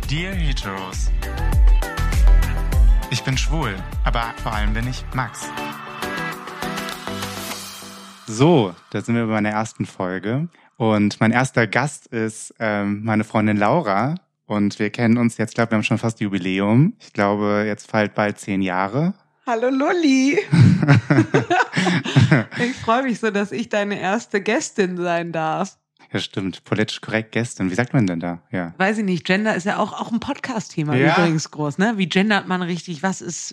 Dear Heteros. Ich bin schwul, aber vor allem bin ich Max. So, da sind wir bei meiner ersten Folge. Und mein erster Gast ist meine Freundin Laura. Und wir kennen uns jetzt, ich glaube, wir haben schon fast Jubiläum. Ich glaube, jetzt bald 10 Jahre. Hallo Lolli. Ich freue mich so, dass ich deine erste Gästin sein darf. Ja, stimmt. Politisch korrekt Gästin. Wie sagt man denn da? Ja. Weiß ich nicht. Gender ist ja auch ein Podcast-Thema übrigens groß, ne? Wie gendert man richtig? Was ist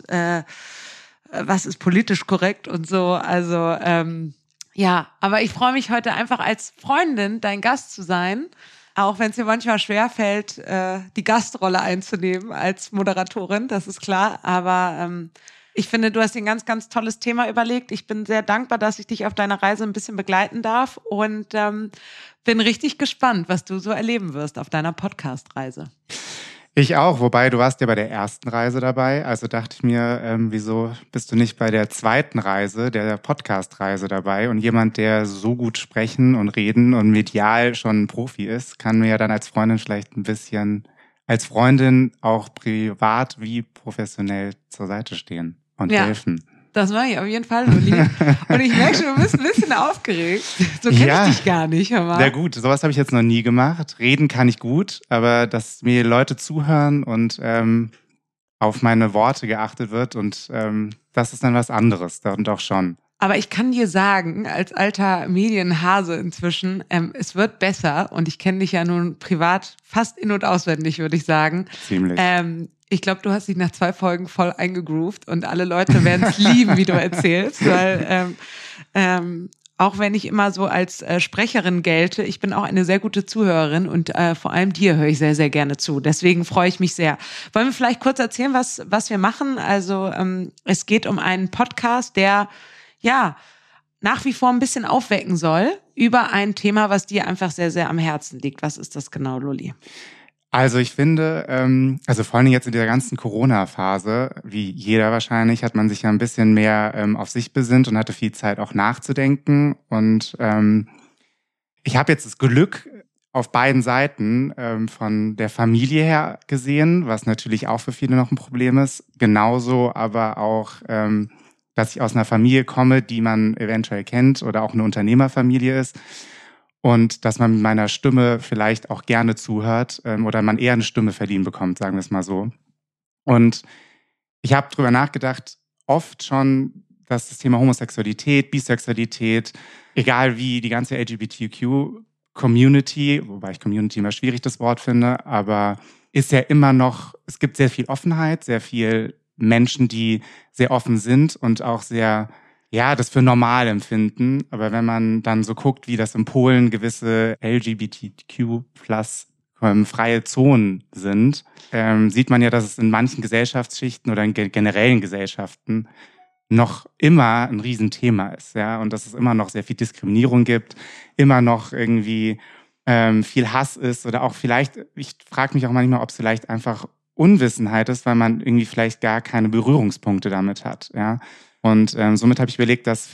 politisch korrekt und so? Also, ja. Aber ich freue mich heute einfach als Freundin dein Gast zu sein. Auch wenn es mir manchmal schwerfällt, die Gastrolle einzunehmen als Moderatorin, das ist klar. Aber ich finde, du hast dir ein ganz, ganz tolles Thema überlegt. Ich bin sehr dankbar, dass ich dich auf deiner Reise ein bisschen begleiten darf und bin richtig gespannt, was du so erleben wirst auf deiner Podcast-Reise. Ich auch, wobei du warst ja bei der ersten Reise dabei. Also dachte ich mir, wieso bist du nicht bei der zweiten Reise, der Podcast-Reise dabei? Und jemand, der so gut sprechen und reden und medial schon ein Profi ist, kann mir ja dann als Freundin vielleicht ein bisschen, als Freundin auch privat wie professionell zur Seite stehen und helfen. Das mache ich auf jeden Fall, Lolli. Und ich merke schon, du bist ein bisschen aufgeregt. So kenne ich dich gar nicht. Hör mal. Ja gut, sowas habe ich jetzt noch nie gemacht. Reden kann ich gut, aber dass mir Leute zuhören und auf meine Worte geachtet wird und das ist dann was anderes, und auch schon. Aber ich kann dir sagen, als alter Medienhase inzwischen, es wird besser und ich kenne dich ja nun privat fast in- und auswendig, würde ich sagen. Ziemlich. Ich glaube, du hast dich nach 2 Folgen voll eingegroovt und alle Leute werden es lieben, wie du erzählst, weil auch wenn ich immer so als Sprecherin gelte, ich bin auch eine sehr gute Zuhörerin und vor allem dir höre ich sehr, sehr gerne zu. Deswegen freue ich mich sehr. Wollen wir vielleicht kurz erzählen, was wir machen? Also es geht um einen Podcast, der nach wie vor ein bisschen aufwecken soll über ein Thema, was dir einfach sehr, sehr am Herzen liegt. Was ist das genau, Lolli? Also ich finde, also vor allem jetzt in dieser ganzen Corona-Phase, wie jeder wahrscheinlich, hat man sich ja ein bisschen mehr auf sich besinnt und hatte viel Zeit auch nachzudenken. Und ich habe jetzt das Glück auf beiden Seiten von der Familie her gesehen, was natürlich auch für viele noch ein Problem ist. Genauso aber auch, dass ich aus einer Familie komme, die man eventuell kennt oder auch eine Unternehmerfamilie ist. Und dass man mit meiner Stimme vielleicht auch gerne zuhört oder man eher eine Stimme verliehen bekommt, sagen wir es mal so. Und ich habe drüber nachgedacht, oft schon, dass das Thema Homosexualität, Bisexualität, egal wie, die ganze LGBTQ-Community, wobei ich Community immer schwierig das Wort finde, aber ist ja immer noch, es gibt sehr viel Offenheit, sehr viel Menschen, die sehr offen sind und auch sehr das für normal empfinden. Aber wenn man dann so guckt, wie das in Polen gewisse LGBTQ+ freie Zonen sind, sieht man ja, dass es in manchen Gesellschaftsschichten oder in generellen Gesellschaften noch immer ein Riesenthema ist. Ja? Und dass es immer noch sehr viel Diskriminierung gibt, immer noch irgendwie viel Hass ist oder auch vielleicht, ich frage mich auch manchmal, ob es vielleicht einfach Unwissenheit ist, weil man irgendwie vielleicht gar keine Berührungspunkte damit hat. Ja? Und somit habe ich überlegt, dass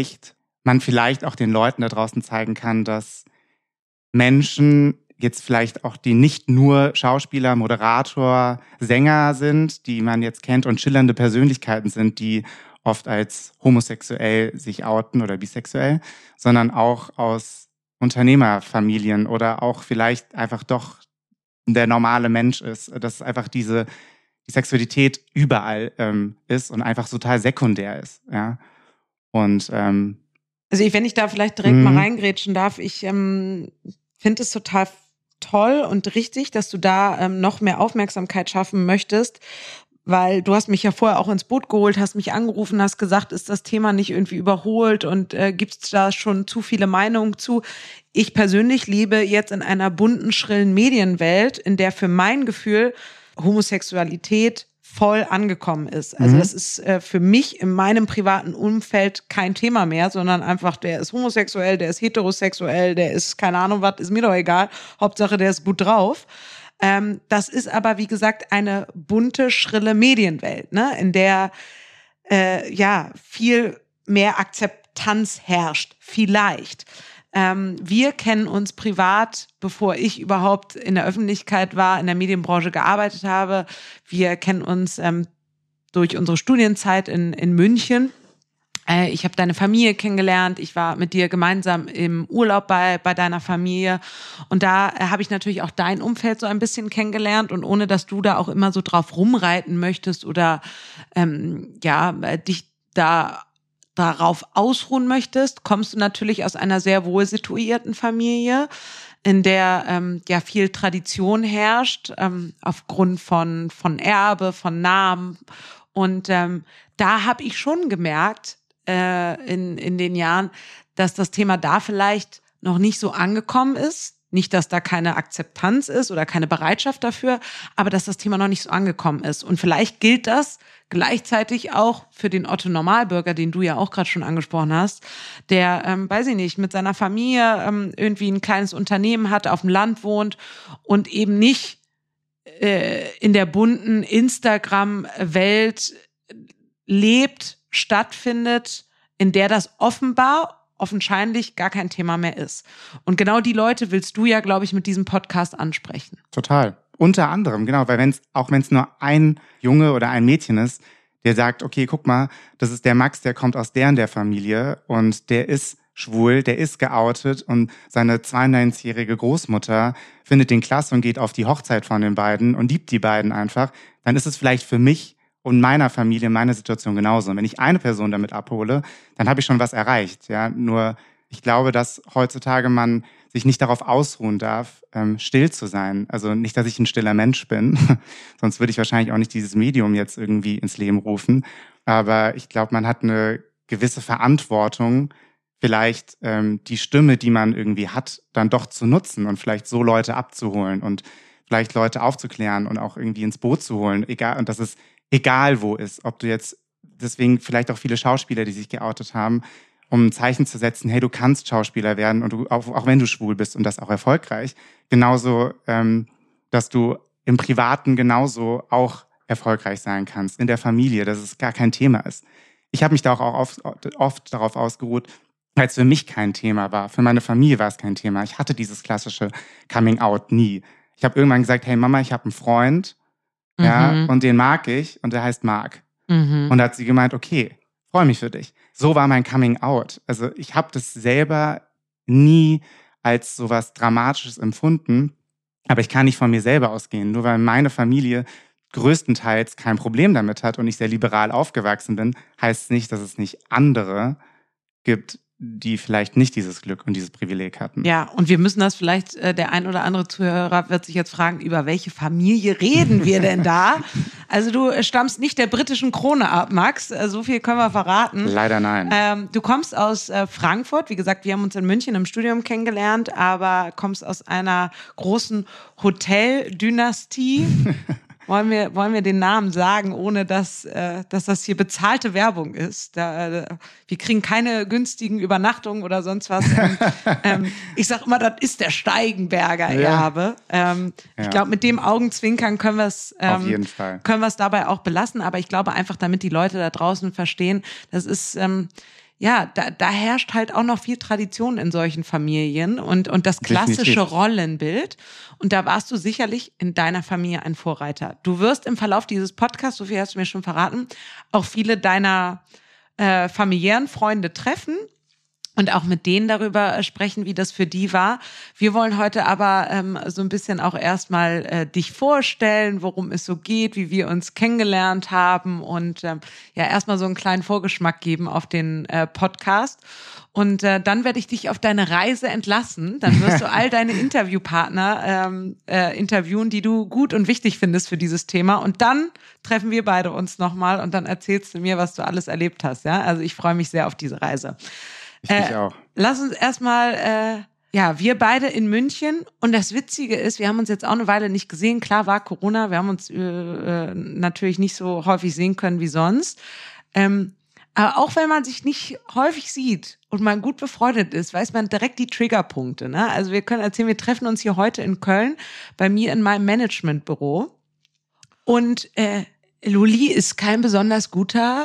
man vielleicht auch den Leuten da draußen zeigen kann, dass Menschen jetzt vielleicht auch, die nicht nur Schauspieler, Moderator, Sänger sind, die man jetzt kennt und schillernde Persönlichkeiten sind, die oft als homosexuell sich outen oder bisexuell, sondern auch aus Unternehmerfamilien oder auch vielleicht einfach doch der normale Mensch ist, dass einfach die Sexualität überall ist und einfach total sekundär ist, ja. Und also wenn ich da vielleicht direkt mal reingrätschen darf, ich finde es total toll und richtig, dass du da noch mehr Aufmerksamkeit schaffen möchtest, weil du hast mich ja vorher auch ins Boot geholt, hast mich angerufen, hast gesagt, ist das Thema nicht irgendwie überholt und gibt es da schon zu viele Meinungen zu? Ich persönlich lebe jetzt in einer bunten, schrillen Medienwelt, in der für mein Gefühl Homosexualität voll angekommen ist. Also das ist für mich in meinem privaten Umfeld kein Thema mehr, sondern einfach, der ist homosexuell, der ist heterosexuell, der ist keine Ahnung was, ist mir doch egal. Hauptsache, der ist gut drauf. Das ist aber, wie gesagt, eine bunte, schrille Medienwelt, ne, in der viel mehr Akzeptanz herrscht, vielleicht. Wir kennen uns privat, bevor ich überhaupt in der Öffentlichkeit war, in der Medienbranche gearbeitet habe. Wir kennen uns durch unsere Studienzeit in München. Ich habe deine Familie kennengelernt. Ich war mit dir gemeinsam im Urlaub bei deiner Familie. Und da habe ich natürlich auch dein Umfeld so ein bisschen kennengelernt. Und ohne, dass du da auch immer so drauf rumreiten möchtest oder dich darauf ausruhen möchtest, kommst du natürlich aus einer sehr wohl situierten Familie, in der viel Tradition herrscht, aufgrund von Erbe, von Namen. Und da habe ich schon gemerkt, in den Jahren, dass das Thema da vielleicht noch nicht so angekommen ist. Nicht, dass da keine Akzeptanz ist oder keine Bereitschaft dafür, aber dass das Thema noch nicht so angekommen ist. Und vielleicht gilt das gleichzeitig auch für den Otto-Normalbürger, den du ja auch gerade schon angesprochen hast, der, weiß ich nicht, mit seiner Familie irgendwie ein kleines Unternehmen hat, auf dem Land wohnt und eben nicht in der bunten Instagram-Welt lebt, stattfindet, in der das offensichtlich gar kein Thema mehr ist. Und genau die Leute willst du ja, glaube ich, mit diesem Podcast ansprechen. Total. Unter anderem, genau, weil wenn es nur ein Junge oder ein Mädchen ist, der sagt, okay, guck mal, das ist der Max, der kommt aus der Familie und der ist schwul, der ist geoutet und seine 92-jährige Großmutter findet den klasse und geht auf die Hochzeit von den beiden und liebt die beiden einfach, dann ist es vielleicht für mich und meiner Familie, meine Situation genauso. Und wenn ich eine Person damit abhole, dann habe ich schon was erreicht. Ja, nur ich glaube, dass heutzutage man sich nicht darauf ausruhen darf, still zu sein. Also nicht, dass ich ein stiller Mensch bin, sonst würde ich wahrscheinlich auch nicht dieses Medium jetzt irgendwie ins Leben rufen. Aber ich glaube, man hat eine gewisse Verantwortung, vielleicht die Stimme, die man irgendwie hat, dann doch zu nutzen und vielleicht so Leute abzuholen und vielleicht Leute aufzuklären und auch irgendwie ins Boot zu holen. Und das ist egal wo ist, ob du jetzt, deswegen vielleicht auch viele Schauspieler, die sich geoutet haben, um ein Zeichen zu setzen, hey, du kannst Schauspieler werden und du, auch wenn du schwul bist und das auch erfolgreich, genauso, dass du im Privaten genauso auch erfolgreich sein kannst, in der Familie, dass es gar kein Thema ist. Ich habe mich da auch oft darauf ausgeruht, weil es für mich kein Thema war. Für meine Familie war es kein Thema. Ich hatte dieses klassische Coming-out nie. Ich habe irgendwann gesagt, hey Mama, ich habe einen Freund, ja, und den mag ich und der heißt Marc. Und da hat sie gemeint, okay, freue mich für dich. So war mein Coming Out. Also ich habe das selber nie als sowas Dramatisches empfunden, aber ich kann nicht von mir selber ausgehen. Nur weil meine Familie größtenteils kein Problem damit hat und ich sehr liberal aufgewachsen bin, heißt es nicht, dass es nicht andere gibt, die vielleicht nicht dieses Glück und dieses Privileg hatten. Ja, und wir müssen das vielleicht, der ein oder andere Zuhörer wird sich jetzt fragen, über welche Familie reden wir denn da? Also du stammst nicht der britischen Krone ab, Max, so viel können wir verraten. Leider nein. Du kommst aus Frankfurt, wie gesagt, wir haben uns in München im Studium kennengelernt, aber kommst aus einer großen Hoteldynastie. Wollen wir den Namen sagen, ohne dass das hier bezahlte Werbung ist? Wir kriegen keine günstigen Übernachtungen oder sonst was. Ich sag immer, das ist der Steigenberger Erbe. Ich glaube, mit dem Augenzwinkern können wir es auf jeden Fall. Können wir es dabei auch belassen. Aber ich glaube einfach, damit die Leute da draußen verstehen, das ist da herrscht halt auch noch viel Tradition in solchen Familien und das klassische Definitiv. Rollenbild. Und da warst du sicherlich in deiner Familie ein Vorreiter. Du wirst im Verlauf dieses Podcasts, so viel hast du mir schon verraten, auch viele deiner familiären Freunde treffen und auch mit denen darüber sprechen, wie das für die war. Wir wollen heute aber so ein bisschen auch erstmal dich vorstellen, worum es so geht, wie wir uns kennengelernt haben und erstmal so einen kleinen Vorgeschmack geben auf den Podcast. Und dann werde ich dich auf deine Reise entlassen. Dann wirst du all deine Interviewpartner interviewen, die du gut und wichtig findest für dieses Thema. Und dann treffen wir beide uns nochmal und dann erzählst du mir, was du alles erlebt hast. Ja, also ich freue mich sehr auf diese Reise. Ich auch. Lass uns erstmal, wir beide in München. Und das Witzige ist, wir haben uns jetzt auch eine Weile nicht gesehen. Klar war Corona, wir haben uns natürlich nicht so häufig sehen können wie sonst. Aber auch wenn man sich nicht häufig sieht und man gut befreundet ist, weiß man direkt die Triggerpunkte. Ne? Also wir können erzählen, wir treffen uns hier heute in Köln bei mir in meinem Managementbüro. Und Luli ist kein besonders guter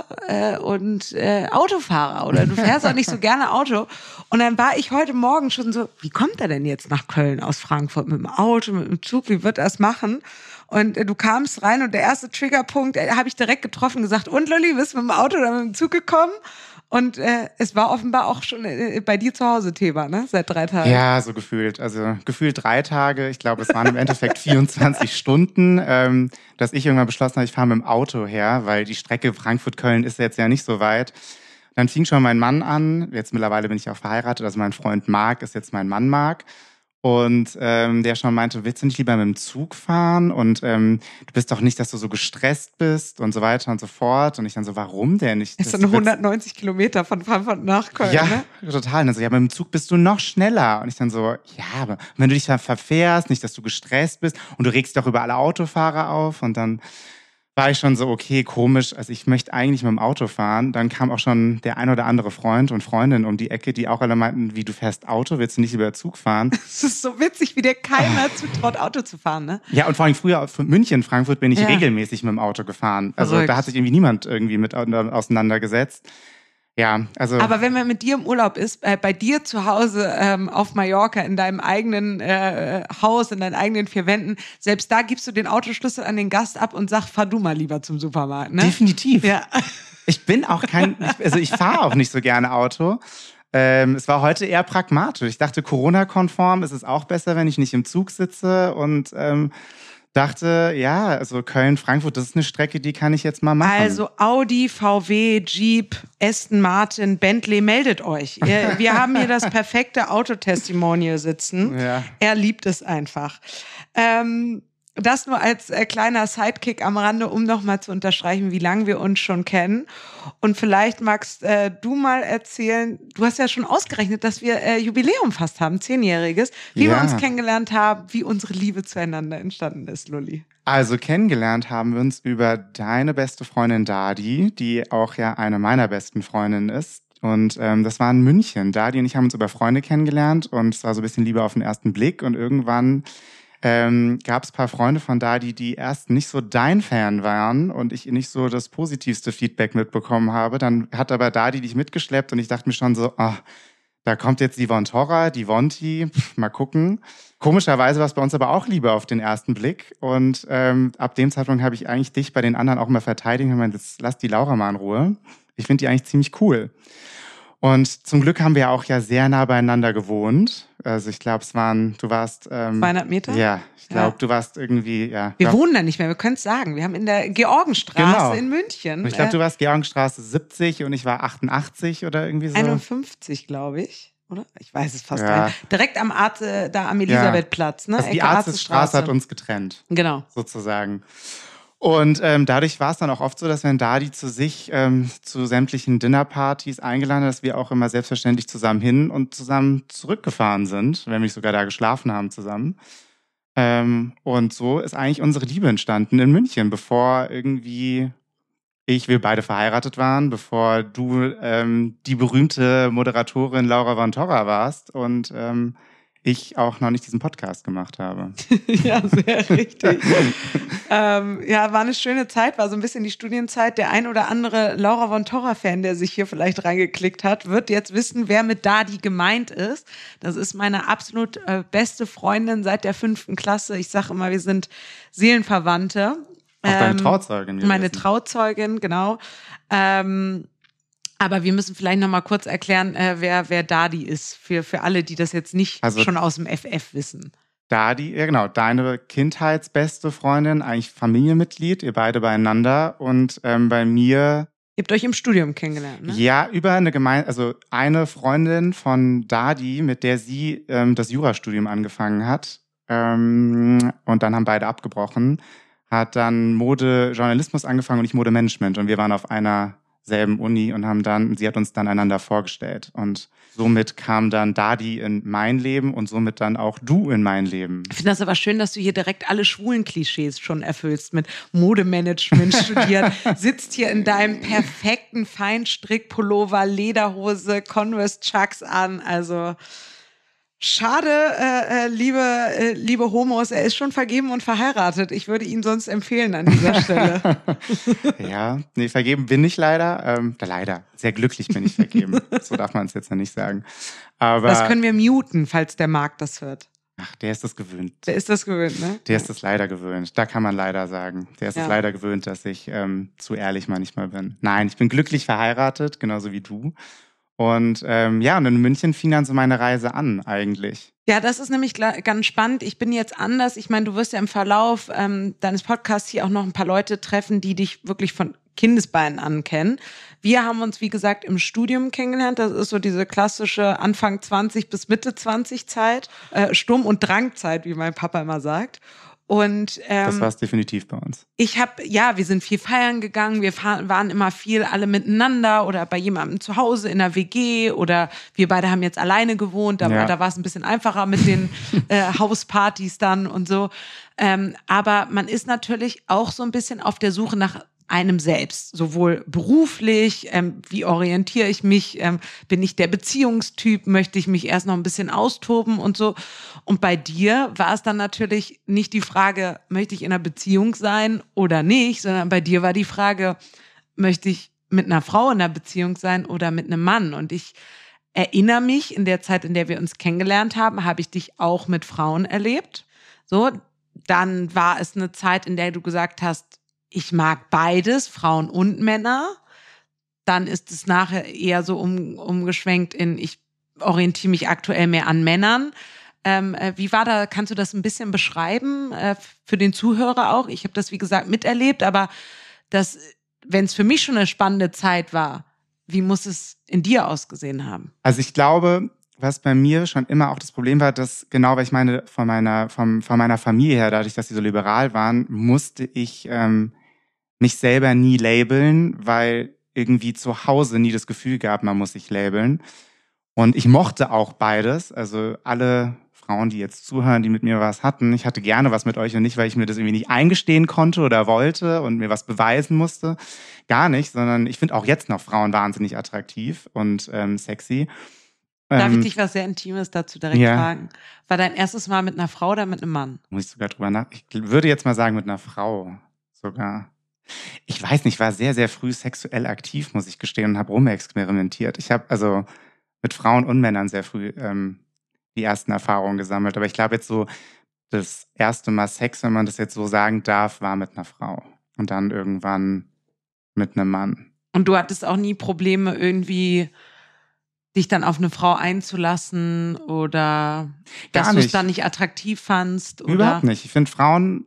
Autofahrer oder du fährst auch nicht so gerne Auto. Und dann war ich heute Morgen schon so, wie kommt er denn jetzt nach Köln aus Frankfurt? Mit dem Auto, mit dem Zug, wie wird er das machen? Und du kamst rein und der erste Triggerpunkt habe ich direkt getroffen, gesagt, und Luli, bist du mit dem Auto oder mit dem Zug gekommen? Und es war offenbar auch schon bei dir zu Hause Thema, ne? Seit 3 Tagen. Ja, so gefühlt. Also gefühlt 3 Tage. Ich glaube, es waren im Endeffekt 24 Stunden, dass ich irgendwann beschlossen habe, ich fahre mit dem Auto her, weil die Strecke Frankfurt-Köln ist jetzt ja nicht so weit. Dann fing schon mein Mann an. Jetzt mittlerweile bin ich auch verheiratet. Also mein Freund Marc ist jetzt mein Mann Marc. Und der schon meinte, willst du nicht lieber mit dem Zug fahren? Und du bist doch nicht, dass du so gestresst bist und so weiter und so fort. Und ich dann so, warum denn nicht? Das sind 190 Kilometer von Frankfurt nach Köln, ja, ne? Total. Und dann so, ja, mit dem Zug bist du noch schneller. Und ich dann so, ja, aber wenn du dich da verfährst, nicht, dass du gestresst bist und du regst dich doch über alle Autofahrer auf. Und dann war ich schon so, okay, komisch, also ich möchte eigentlich mit dem Auto fahren. Dann kam auch schon der ein oder andere Freund und Freundin um die Ecke, die auch alle meinten, wie, du fährst Auto, willst du nicht über Zug fahren? Es ist so witzig, wie dir keiner zutraut, Auto zu fahren, ne? Ja, und vor allem früher von München, Frankfurt bin ich regelmäßig mit dem Auto gefahren. Also Verrückt. Da hat sich irgendwie niemand irgendwie mit auseinandergesetzt. Ja, also. Aber wenn man mit dir im Urlaub ist, bei dir zu Hause auf Mallorca, in deinem eigenen Haus, in deinen eigenen 4 Wänden, selbst da gibst du den Autoschlüssel an den Gast ab und sag, fahr du mal lieber zum Supermarkt, ne? Definitiv. Ja. Ich bin auch ich fahre auch nicht so gerne Auto. Es war heute eher pragmatisch. Ich dachte, Corona-konform ist es auch besser, wenn ich nicht im Zug sitze und dachte, ja, also Köln-Frankfurt, das ist eine Strecke, die kann ich jetzt mal machen. Also Audi, VW, Jeep, Aston Martin, Bentley, meldet euch. Wir haben hier das perfekte Autotestimonial sitzen. Ja. Er liebt es einfach. Das nur als kleiner Sidekick am Rande, um nochmal zu unterstreichen, wie lange wir uns schon kennen. Und vielleicht magst du mal erzählen, du hast ja schon ausgerechnet, dass wir Jubiläum fast haben, 10-jähriges, wie wir uns kennengelernt haben, wie unsere Liebe zueinander entstanden ist, Luli. Also kennengelernt haben wir uns über deine beste Freundin Dadi, die auch ja eine meiner besten Freundinnen ist. Und das war in München. Dadi und ich haben uns über Freunde kennengelernt und es war so ein bisschen Liebe auf den ersten Blick. Und irgendwann gab es ein paar Freunde von Dadi, die erst nicht so dein Fan waren und ich nicht so das positivste Feedback mitbekommen habe. Dann hat aber Dadi dich mitgeschleppt und ich dachte mir schon so, da kommt jetzt die Von Torra, die Vonti, mal gucken. Komischerweise war es bei uns aber auch Liebe auf den ersten Blick. Und ab dem Zeitpunkt habe ich eigentlich dich bei den anderen auch immer verteidigt und meinte, jetzt lass die Laura mal in Ruhe. Ich finde die eigentlich ziemlich cool. Und zum Glück haben wir ja auch ja sehr nah beieinander gewohnt. Also ich glaube, du warst 200 Meter? Ja, ich glaube, du warst irgendwie, ja. Wir wohnen da nicht mehr, wir können es sagen. Wir haben in der Georgenstraße in München. Und ich glaube, du warst Georgenstraße 70 und ich war 88 oder irgendwie so. 51, glaube ich. Oder? Ich weiß es fast gar nicht. Direkt am Arze, da am Elisabethplatz, ne? Also die Arzesstraße hat uns getrennt. Genau. Sozusagen. Und dadurch war es dann auch oft so, dass wenn Dadi zu sämtlichen Dinnerpartys eingeladen hat, dass wir auch immer selbstverständlich zusammen hin und zusammen zurückgefahren sind, wenn wir nicht sogar da geschlafen haben zusammen. Und so ist eigentlich unsere Liebe entstanden in München, bevor irgendwie wir beide verheiratet waren, bevor du die berühmte Moderatorin Laura Von Torra warst und ich auch noch nicht diesen Podcast gemacht habe. Ja, sehr richtig. War eine schöne Zeit, war so ein bisschen die Studienzeit. Der ein oder andere Laura Von Torra-Fan, der sich hier vielleicht reingeklickt hat, wird jetzt wissen, wer mit Dadi gemeint ist. Das ist meine absolut beste Freundin seit der 5. Klasse. Ich sage immer, wir sind Seelenverwandte. Auch deine Trauzeugin. Meine Trauzeugin, genau. Aber wir müssen vielleicht noch mal kurz erklären, wer Dadi ist, für alle, die das jetzt nicht schon aus dem FF wissen. Dadi, ja genau, deine kindheitsbeste Freundin, eigentlich Familienmitglied, ihr beide beieinander und bei mir... Ihr habt euch im Studium kennengelernt, ne? Ja, über eine Freundin von Dadi, mit der sie das Jurastudium angefangen hat und dann haben beide abgebrochen, hat dann Modejournalismus angefangen und ich Modemanagement und wir waren auf einer selben Uni und sie hat uns dann einander vorgestellt. Und somit kam dann Dadi in mein Leben und somit dann auch du in mein Leben. Ich finde das aber schön, dass du hier direkt alle schwulen Klischees schon erfüllst mit Modemanagement studiert, sitzt hier in deinem perfekten Feinstrick-Pullover, Lederhose, Converse Chucks an, also Schade, liebe Homos, er ist schon vergeben und verheiratet. Ich würde ihn sonst empfehlen an dieser Stelle. Ja, nee, vergeben bin ich leider. Leider, sehr glücklich bin ich vergeben. So darf man es jetzt noch nicht sagen. Aber das können wir muten, falls der Marc das hört. Ach, der ist das gewöhnt. Der ist das gewöhnt, ne? Der ist das leider gewöhnt. Da kann man leider sagen. Der ist es leider gewöhnt, dass ich zu ehrlich manchmal bin. Nein, ich bin glücklich verheiratet, genauso wie du. Und und in München fing dann so meine Reise an eigentlich. Ja, das ist nämlich ganz spannend. Ich bin jetzt anders. Ich meine, du wirst ja im Verlauf deines Podcasts hier auch noch ein paar Leute treffen, die dich wirklich von Kindesbeinen an kennen. Wir haben uns, wie gesagt, im Studium kennengelernt. Das ist so diese klassische Anfang 20 bis Mitte 20 Zeit. Sturm- und Drangzeit, wie mein Papa immer sagt. Und das war es definitiv bei uns. Wir sind viel feiern gegangen, wir waren immer viel alle miteinander oder bei jemandem zu Hause in der WG oder wir beide haben jetzt alleine gewohnt, da war es ein bisschen einfacher mit den Hauspartys dann und so. Aber man ist natürlich auch so ein bisschen auf der Suche nach einem selbst, sowohl beruflich, wie orientiere ich mich, bin ich der Beziehungstyp, möchte ich mich erst noch ein bisschen austoben und so. Und bei dir war es dann natürlich nicht die Frage, möchte ich in einer Beziehung sein oder nicht, sondern bei dir war die Frage, möchte ich mit einer Frau in einer Beziehung sein oder mit einem Mann? Und ich erinnere mich, in der Zeit, in der wir uns kennengelernt haben, habe ich dich auch mit Frauen erlebt. So, dann war es eine Zeit, in der du gesagt hast, ich mag beides, Frauen und Männer. Dann ist es nachher eher so umgeschwenkt in, ich orientiere mich aktuell mehr an Männern. Wie war da, kannst du das ein bisschen beschreiben, für den Zuhörer auch? Ich habe das, wie gesagt, miterlebt, aber wenn es für mich schon eine spannende Zeit war, wie muss es in dir ausgesehen haben? Also ich glaube, was bei mir schon immer auch das Problem war, dass genau, weil ich meine, von meiner Familie her, dadurch, dass sie so liberal waren, musste ich mich selber nie labeln, weil irgendwie zu Hause nie das Gefühl gab, man muss sich labeln. Und ich mochte auch beides. Also alle Frauen, die jetzt zuhören, die mit mir was hatten, ich hatte gerne was mit euch und nicht, weil ich mir das irgendwie nicht eingestehen konnte oder wollte und mir was beweisen musste. Gar nicht, sondern ich finde auch jetzt noch Frauen wahnsinnig attraktiv und sexy. Darf ich dich was sehr Intimes dazu direkt fragen? War dein erstes Mal mit einer Frau oder mit einem Mann? Muss ich sogar drüber nach. Ich würde jetzt mal sagen, mit einer Frau sogar. Ich weiß nicht, ich war sehr, sehr früh sexuell aktiv, muss ich gestehen, und habe rumexperimentiert. Ich habe also mit Frauen und Männern sehr früh die ersten Erfahrungen gesammelt. Aber ich glaube jetzt so, das erste Mal Sex, wenn man das jetzt so sagen darf, war mit einer Frau. Und dann irgendwann mit einem Mann. Und du hattest auch nie Probleme irgendwie, dich dann auf eine Frau einzulassen oder dass du es dann nicht attraktiv fandst? Oder? Überhaupt nicht. Ich finde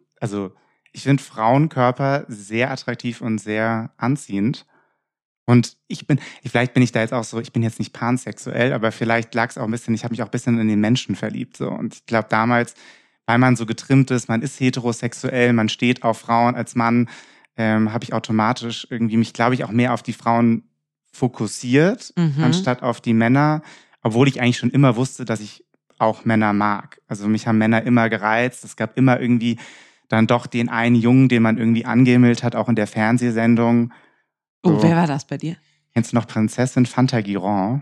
Frauenkörper sehr attraktiv und sehr anziehend. Und vielleicht bin ich da jetzt auch so, ich bin jetzt nicht pansexuell, aber vielleicht lag es auch ein bisschen, ich habe mich auch ein bisschen in den Menschen verliebt. So. Und ich glaube damals, weil man so getrimmt ist, man ist heterosexuell, man steht auf Frauen als Mann, habe ich automatisch irgendwie mich, glaube ich, auch mehr auf die Frauen fokussiert, anstatt auf die Männer, obwohl ich eigentlich schon immer wusste, dass ich auch Männer mag. Also mich haben Männer immer gereizt. Es gab immer irgendwie dann doch den einen Jungen, den man irgendwie angehimmelt hat, auch in der Fernsehsendung. So. Oh, wer war das bei dir? Kennst du noch Prinzessin Fantagirond?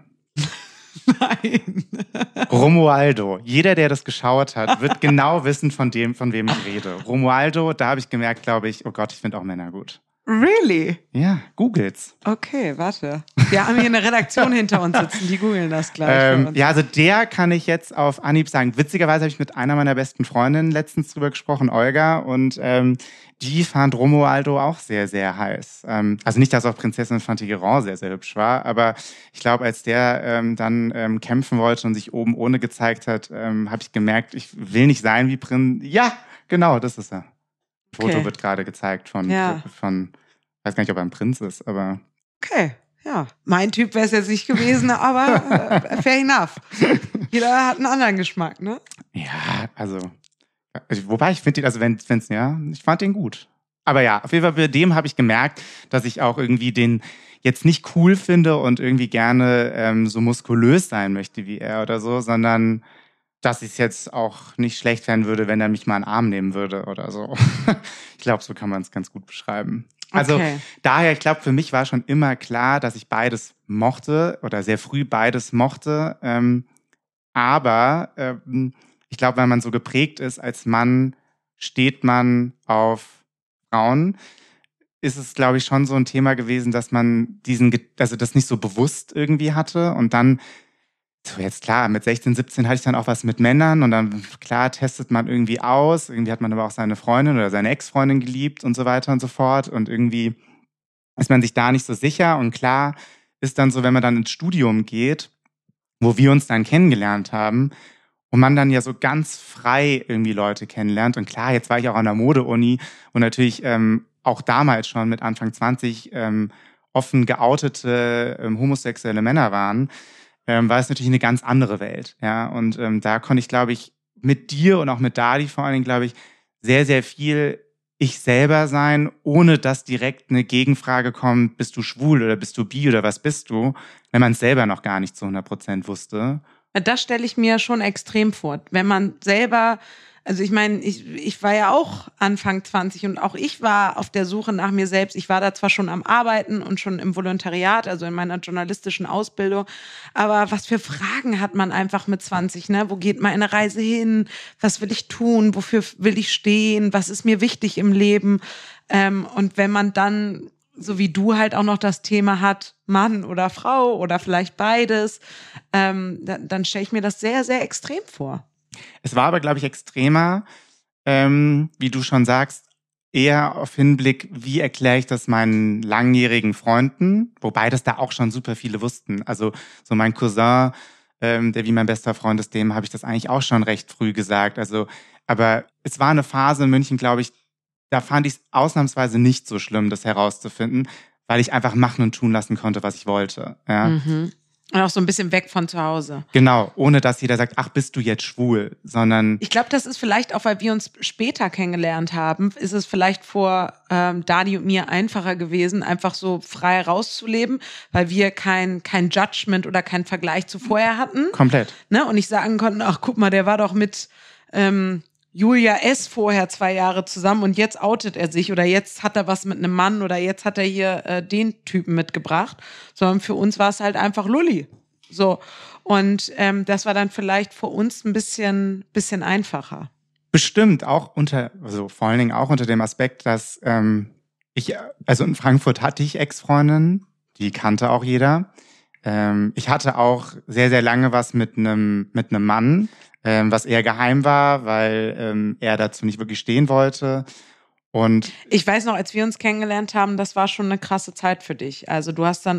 Nein. Romualdo. Jeder, der das geschaut hat, wird genau wissen, von wem ich rede. Romualdo, da habe ich gemerkt, glaube ich, oh Gott, ich finde auch Männer gut. Really? Ja, googelt's. Okay, warte. Wir haben hier eine Redaktion hinter uns sitzen, die googeln das gleich. Ja, also der kann ich jetzt auf Anhieb sagen. Witzigerweise habe ich mit einer meiner besten Freundinnen letztens drüber gesprochen, Olga, und die fand Romualdo auch sehr, sehr heiß. Also nicht, dass auch Prinzessin Fantagirond sehr, sehr hübsch war, aber ich glaube, als der dann kämpfen wollte und sich oben ohne gezeigt hat, habe ich gemerkt, ich will nicht sein wie Prinz. Ja, genau, das ist er. Okay. Foto wird gerade gezeigt von, ich weiß gar nicht, ob er ein Prinz ist, aber. Okay, ja. Mein Typ wäre es jetzt nicht gewesen, aber fair enough. Jeder hat einen anderen Geschmack, ne? Ja, also. Wobei ich finde ihn, also ich fand den gut. Aber ja, auf jeden Fall bei dem habe ich gemerkt, dass ich auch irgendwie den jetzt nicht cool finde und irgendwie gerne so muskulös sein möchte wie er oder so, sondern dass ich es jetzt auch nicht schlecht fänden würde, wenn er mich mal in den Arm nehmen würde oder so. Ich glaube, so kann man es ganz gut beschreiben. Also daher, ich glaube, für mich war schon immer klar, dass ich beides mochte oder sehr früh beides mochte. Aber ich glaube, wenn man so geprägt ist als Mann, steht man auf Frauen, ist es, glaube ich, schon so ein Thema gewesen, dass man das nicht so bewusst irgendwie hatte. Und dann, so jetzt klar, mit 16, 17 hatte ich dann auch was mit Männern und dann, klar, testet man irgendwie aus. Irgendwie hat man aber auch seine Freundin oder seine Ex-Freundin geliebt und so weiter und so fort. Und irgendwie ist man sich da nicht so sicher. Und klar ist dann so, wenn man dann ins Studium geht, wo wir uns dann kennengelernt haben, und man dann ja so ganz frei irgendwie Leute kennenlernt. Und klar, jetzt war ich auch an der Mode-Uni und natürlich auch damals schon mit Anfang 20 offen geoutete homosexuelle Männer waren, war es natürlich eine ganz andere Welt. Ja? Und da konnte ich, glaube ich, mit dir und auch mit Dadi vor allen Dingen, glaube ich, sehr, sehr viel ich selber sein, ohne dass direkt eine Gegenfrage kommt, bist du schwul oder bist du bi oder was bist du, wenn man es selber noch gar nicht zu 100% wusste. Das stelle ich mir schon extrem vor. Wenn man selber, also ich meine, ich war ja auch Anfang 20 und auch ich war auf der Suche nach mir selbst. Ich war da zwar schon am Arbeiten und schon im Volontariat, also in meiner journalistischen Ausbildung, aber was für Fragen hat man einfach mit 20, ne? Wo geht meine Reise hin? Was will ich tun? Wofür will ich stehen? Was ist mir wichtig im Leben? Und wenn man dann, so wie du halt auch noch das Thema hat, Mann oder Frau oder vielleicht beides, dann stelle ich mir das sehr, sehr extrem vor. Es war aber, glaube ich, extremer, wie du schon sagst, eher auf Hinblick, wie erkläre ich das meinen langjährigen Freunden, wobei das da auch schon super viele wussten. Also so mein Cousin, der wie mein bester Freund ist, dem habe ich das eigentlich auch schon recht früh gesagt. Also, aber es war eine Phase in München, glaube ich, da fand ich es ausnahmsweise nicht so schlimm, das herauszufinden, weil ich einfach machen und tun lassen konnte, was ich wollte. Ja? Mhm. Und auch so ein bisschen weg von zu Hause. Genau, ohne dass jeder sagt, ach, bist du jetzt schwul, sondern... Ich glaube, das ist vielleicht auch, weil wir uns später kennengelernt haben, ist es vielleicht vor Dadi und mir einfacher gewesen, einfach so frei rauszuleben, weil wir kein Judgment oder kein Vergleich zu vorher hatten. Komplett. Ne? Und nicht sagen konnten, ach, guck mal, der war doch mit Julia S. vorher 2 Jahre zusammen und jetzt outet er sich oder jetzt hat er was mit einem Mann oder jetzt hat er hier den Typen mitgebracht, sondern für uns war es halt einfach Lulli. So. Und das war dann vielleicht für uns ein bisschen einfacher. Bestimmt, auch also vor allen Dingen auch unter dem Aspekt, dass also in Frankfurt hatte ich Ex-Freundinnen, die kannte auch jeder. Ich hatte auch sehr, sehr lange was mit einem Mann, was eher geheim war, weil er dazu nicht wirklich stehen wollte. Und ich weiß noch, als wir uns kennengelernt haben, das war schon eine krasse Zeit für dich. Also du hast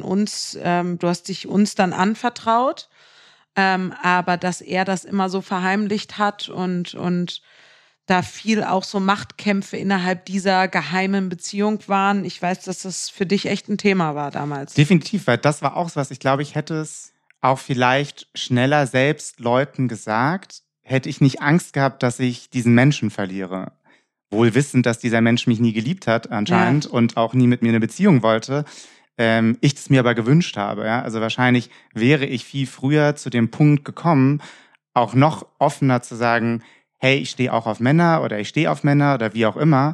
dich uns dann anvertraut, aber dass er das immer so verheimlicht hat und da viel auch so Machtkämpfe innerhalb dieser geheimen Beziehung waren. Ich weiß, dass das für dich echt ein Thema war damals. Definitiv, weil das war auch so was, ich glaube, ich hätte es auch vielleicht schneller selbst Leuten gesagt, hätte ich nicht Angst gehabt, dass ich diesen Menschen verliere. Wohl wissend, dass dieser Mensch mich nie geliebt hat anscheinend und auch nie mit mir eine Beziehung wollte. Ich das mir aber gewünscht habe. Ja? Also wahrscheinlich wäre ich viel früher zu dem Punkt gekommen, auch noch offener zu sagen, hey, ich stehe auch auf Männer oder ich stehe auf Männer oder wie auch immer.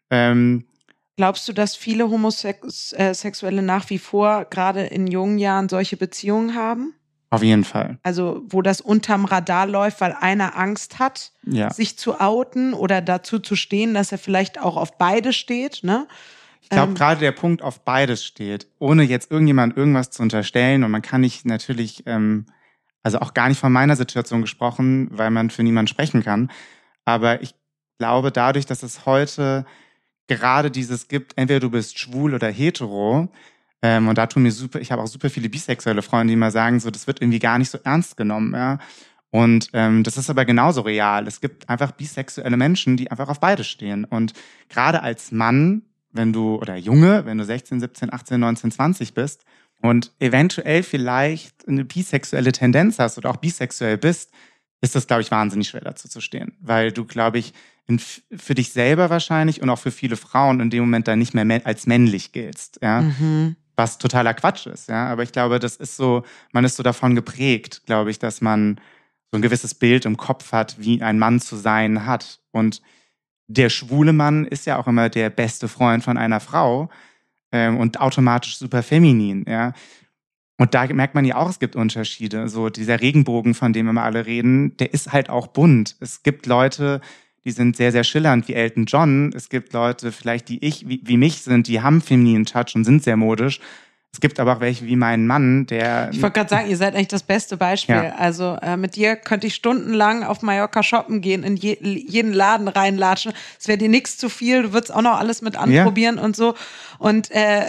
Glaubst du, dass viele Homosexuelle nach wie vor gerade in jungen Jahren solche Beziehungen haben? Auf jeden Fall. Also wo das unterm Radar läuft, weil einer Angst hat, sich zu outen oder dazu zu stehen, dass er vielleicht auch auf beide steht, ne? Ich glaube, gerade der Punkt auf beides steht, ohne jetzt irgendjemand irgendwas zu unterstellen. Und man kann nicht natürlich, also auch gar nicht von meiner Situation gesprochen, weil man für niemanden sprechen kann. Aber ich glaube, dadurch, dass es heute gerade dieses gibt, entweder du bist schwul oder hetero, und da tun mir ich habe auch super viele bisexuelle Freunde, die immer sagen, so, das wird irgendwie gar nicht so ernst genommen, ja. Und das ist aber genauso real. Es gibt einfach bisexuelle Menschen, die einfach auf beide stehen. Und gerade als Mann, oder Junge, wenn du 16, 17, 18, 19, 20 bist und eventuell vielleicht eine bisexuelle Tendenz hast oder auch bisexuell bist, ist das, glaube ich, wahnsinnig schwer dazu zu stehen. Weil du, glaube ich, für dich selber wahrscheinlich und auch für viele Frauen in dem Moment dann nicht mehr als männlich giltst, ja. Mhm. Was totaler Quatsch ist, ja. Aber ich glaube, das ist so, man ist so davon geprägt, glaube ich, dass man so ein gewisses Bild im Kopf hat, wie ein Mann zu sein hat. Und der schwule Mann ist ja auch immer der beste Freund von einer Frau und automatisch super feminin, ja. Und da merkt man ja auch, es gibt Unterschiede. So dieser Regenbogen, von dem immer alle reden, der ist halt auch bunt. Es gibt Leute, die sind sehr, sehr schillernd wie Elton John. Es gibt Leute vielleicht, die wie mich sind, die haben femininen Touch und sind sehr modisch. Es gibt aber auch welche wie meinen Mann, der... Ich wollte gerade sagen, ihr seid eigentlich das beste Beispiel. Ja. Also mit dir könnte ich stundenlang auf Mallorca shoppen gehen, in jeden Laden reinlatschen. Es wäre dir nichts zu viel, du würdest auch noch alles mit anprobieren und so. Und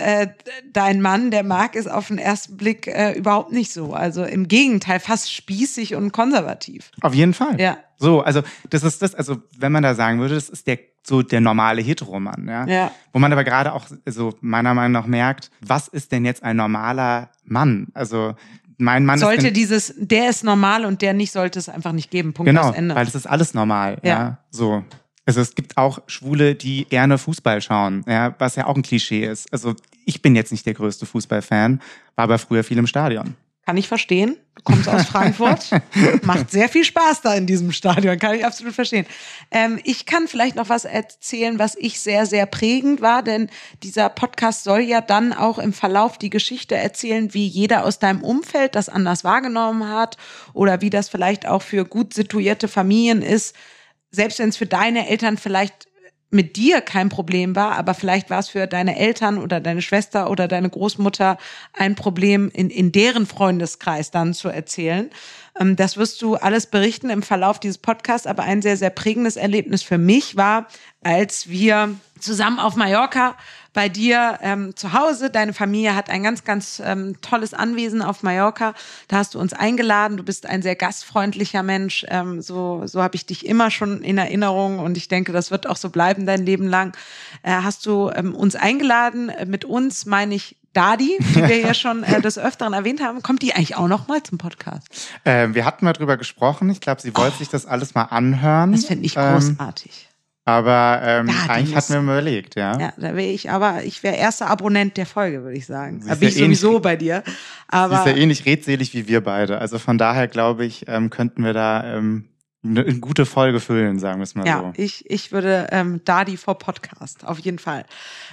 dein Mann, der mag es auf den ersten Blick überhaupt nicht so. Also im Gegenteil, fast spießig und konservativ. Auf jeden Fall. Ja. So, also das ist das, also wenn man da sagen würde, das ist der normale Heteromann, ja? Ja. Wo man aber gerade auch, also meiner Meinung nach merkt, was ist denn jetzt ein normaler Mann? Also mein Mann der ist normal und der nicht, sollte es einfach nicht geben. Punkt, genau, aus Ende. weil es ist alles normal, ja. So. Also es gibt auch Schwule, die gerne Fußball schauen, ja, was ja auch ein Klischee ist. Also ich bin jetzt nicht der größte Fußballfan, war aber früher viel im Stadion. Kann ich verstehen. Du kommst aus Frankfurt. Macht sehr viel Spaß da in diesem Stadion. Kann ich absolut verstehen. Ich kann vielleicht noch was erzählen, was ich sehr, sehr prägend war. Denn dieser Podcast soll ja dann auch im Verlauf die Geschichte erzählen, wie jeder aus deinem Umfeld das anders wahrgenommen hat. Oder wie das vielleicht auch für gut situierte Familien ist. Selbst wenn es für deine Eltern vielleicht mit dir kein Problem war, aber vielleicht war es für deine Eltern oder deine Schwester oder deine Großmutter ein Problem, in deren Freundeskreis dann zu erzählen. Das wirst du alles berichten im Verlauf dieses Podcasts, aber ein sehr, sehr prägendes Erlebnis für mich war, als wir zusammen auf Mallorca bei dir zu Hause, deine Familie hat ein ganz, ganz tolles Anwesen auf Mallorca, da hast du uns eingeladen, du bist ein sehr gastfreundlicher Mensch, so habe ich dich immer schon in Erinnerung und ich denke, das wird auch so bleiben dein Leben lang. Hast du uns eingeladen, mit uns meine ich Dadi, die wir ja schon des Öfteren erwähnt haben. Kommt die eigentlich auch noch mal zum Podcast? Wir hatten mal drüber gesprochen. Ich glaube, sie wollte sich das alles mal anhören. Das finde ich großartig. Aber eigentlich hatten wir mir überlegt, ja. Ja, da wäre ich wäre erster Abonnent der Folge, würde ich sagen. Da bin ich sowieso bei dir. Aber sie ist ja ähnlich redselig wie wir beide. Also von daher, glaube ich, könnten wir da eine gute Folge füllen, sagen wir es mal so. Ja, ich würde Dadi vor Podcast, auf jeden Fall.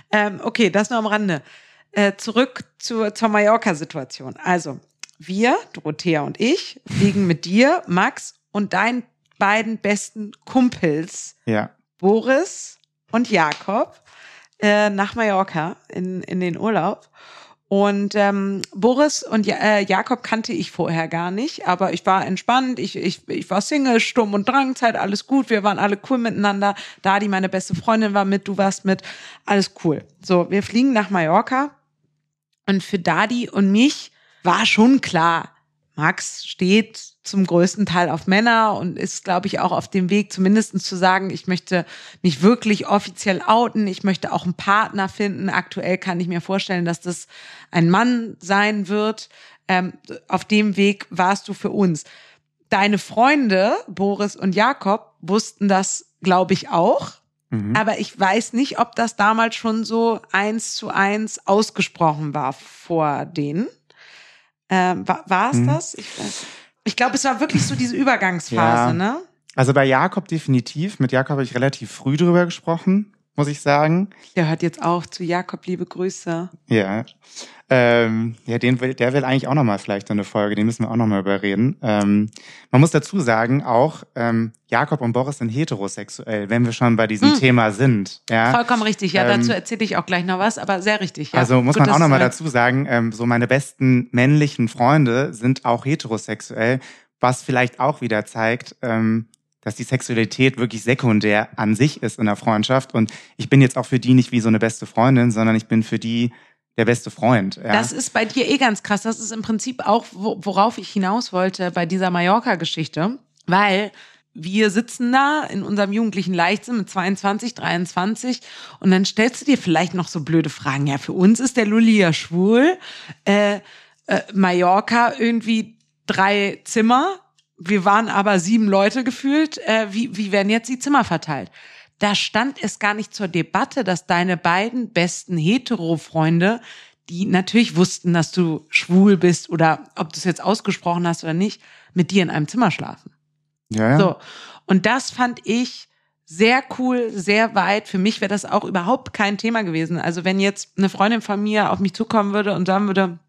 Okay, das nur am Rande. Zurück zur Mallorca-Situation. Also, wir, Dorothea und ich, fliegen mit dir, Max, und deinen beiden besten Kumpels, Boris und Jakob, nach Mallorca in den Urlaub. Und Boris und Jakob kannte ich vorher gar nicht, aber ich war entspannt, ich war Single, Sturm- und Drangzeit, alles gut, wir waren alle cool miteinander. Dadi, meine beste Freundin, war mit, du warst mit, alles cool. So, wir fliegen nach Mallorca und für Dadi und mich war schon klar, Max steht zum größten Teil auf Männer und ist, glaube ich, auch auf dem Weg, zumindest zu sagen, ich möchte mich wirklich offiziell outen, ich möchte auch einen Partner finden. Aktuell kann ich mir vorstellen, dass das ein Mann sein wird. Auf dem Weg warst du für uns. Deine Freunde, Boris und Jakob, wussten das, glaube ich, auch. Aber ich weiß nicht, ob das damals schon so 1:1 ausgesprochen war vor denen. War es das? Ich glaube, es war wirklich so diese Übergangsphase, ne? Also bei Jakob definitiv. Mit Jakob habe ich relativ früh drüber gesprochen, muss ich sagen. Der hört jetzt auch zu. Jakob, liebe Grüße. Ja. Der will eigentlich auch nochmal vielleicht eine Folge, den müssen wir auch nochmal überreden. Man muss dazu sagen, auch Jakob und Boris sind heterosexuell, wenn wir schon bei diesem Thema sind. Ja? Vollkommen richtig, ja, dazu erzähle ich auch gleich noch was, aber sehr richtig. Ja. Also muss man auch nochmal dazu sagen, so meine besten männlichen Freunde sind auch heterosexuell, was vielleicht auch wieder zeigt, dass die Sexualität wirklich sekundär an sich ist in der Freundschaft. Und ich bin jetzt auch für die nicht wie so eine beste Freundin, sondern ich bin für die der beste Freund. Ja. Das ist bei dir ganz krass. Das ist im Prinzip auch, worauf ich hinaus wollte bei dieser Mallorca-Geschichte. Weil wir sitzen da in unserem jugendlichen Leichtsinn mit 22, 23 und dann stellst du dir vielleicht noch so blöde Fragen. Ja, für uns ist der Lulli ja schwul. Mallorca irgendwie 3 Zimmer. Wir waren aber 7 Leute gefühlt. Wie werden jetzt die Zimmer verteilt? Da stand es gar nicht zur Debatte, dass deine beiden besten Hetero-Freunde, die natürlich wussten, dass du schwul bist oder ob du es jetzt ausgesprochen hast oder nicht, mit dir in einem Zimmer schlafen. Ja. So. Und das fand ich sehr cool, sehr weit. Für mich wäre das auch überhaupt kein Thema gewesen. Also wenn jetzt eine Freundin von mir auf mich zukommen würde und sagen würde,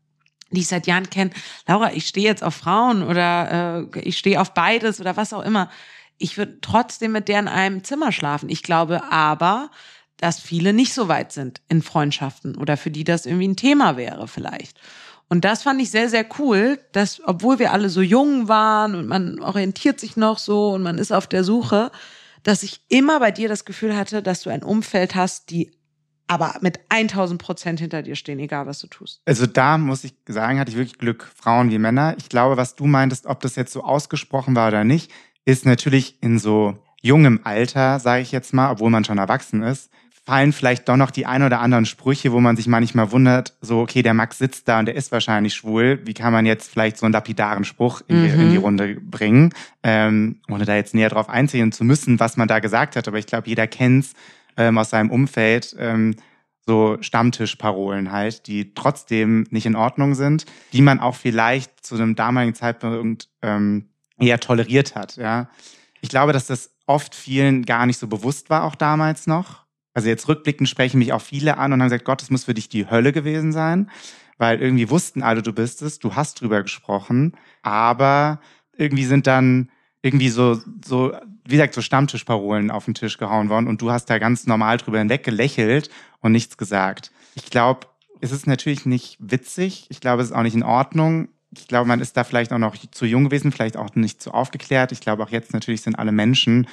die ich seit Jahren kenne, Laura, ich stehe jetzt auf Frauen oder ich stehe auf beides oder was auch immer. Ich würde trotzdem mit der in einem Zimmer schlafen. Ich glaube aber, dass viele nicht so weit sind in Freundschaften oder für die das irgendwie ein Thema wäre vielleicht. Und das fand ich sehr, sehr cool, dass, obwohl wir alle so jung waren und man orientiert sich noch so und man ist auf der Suche, dass ich immer bei dir das Gefühl hatte, dass du ein Umfeld hast, die aber mit 1000% hinter dir stehen, egal was du tust. Also da muss ich sagen, hatte ich wirklich Glück, Frauen wie Männer. Ich glaube, was du meintest, ob das jetzt so ausgesprochen war oder nicht, ist natürlich in so jungem Alter, sage ich jetzt mal, obwohl man schon erwachsen ist, fallen vielleicht doch noch die ein oder anderen Sprüche, wo man sich manchmal wundert, so, okay, der Max sitzt da und der ist wahrscheinlich schwul. Wie kann man jetzt vielleicht so einen lapidaren Spruch in die Runde bringen, ohne da jetzt näher drauf einzugehen zu müssen, was man da gesagt hat. Aber ich glaube, jeder kennt's aus seinem Umfeld, so Stammtischparolen halt, die trotzdem nicht in Ordnung sind, die man auch vielleicht zu einem damaligen Zeitpunkt eher toleriert hat. Ja, ich glaube, dass das oft vielen gar nicht so bewusst war, auch damals noch. Also jetzt rückblickend sprechen mich auch viele an und haben gesagt, Gott, das muss für dich die Hölle gewesen sein, weil irgendwie wussten alle, du bist es, du hast drüber gesprochen, aber irgendwie sind dann irgendwie so, wie gesagt, so Stammtischparolen auf den Tisch gehauen worden und du hast da ganz normal drüber hinweg gelächelt und nichts gesagt. Ich glaube, es ist natürlich nicht witzig, ich glaube, es ist auch nicht in Ordnung. Ich glaube, man ist da vielleicht auch noch zu jung gewesen, vielleicht auch nicht zu aufgeklärt. Ich glaube, auch jetzt natürlich sind alle Menschen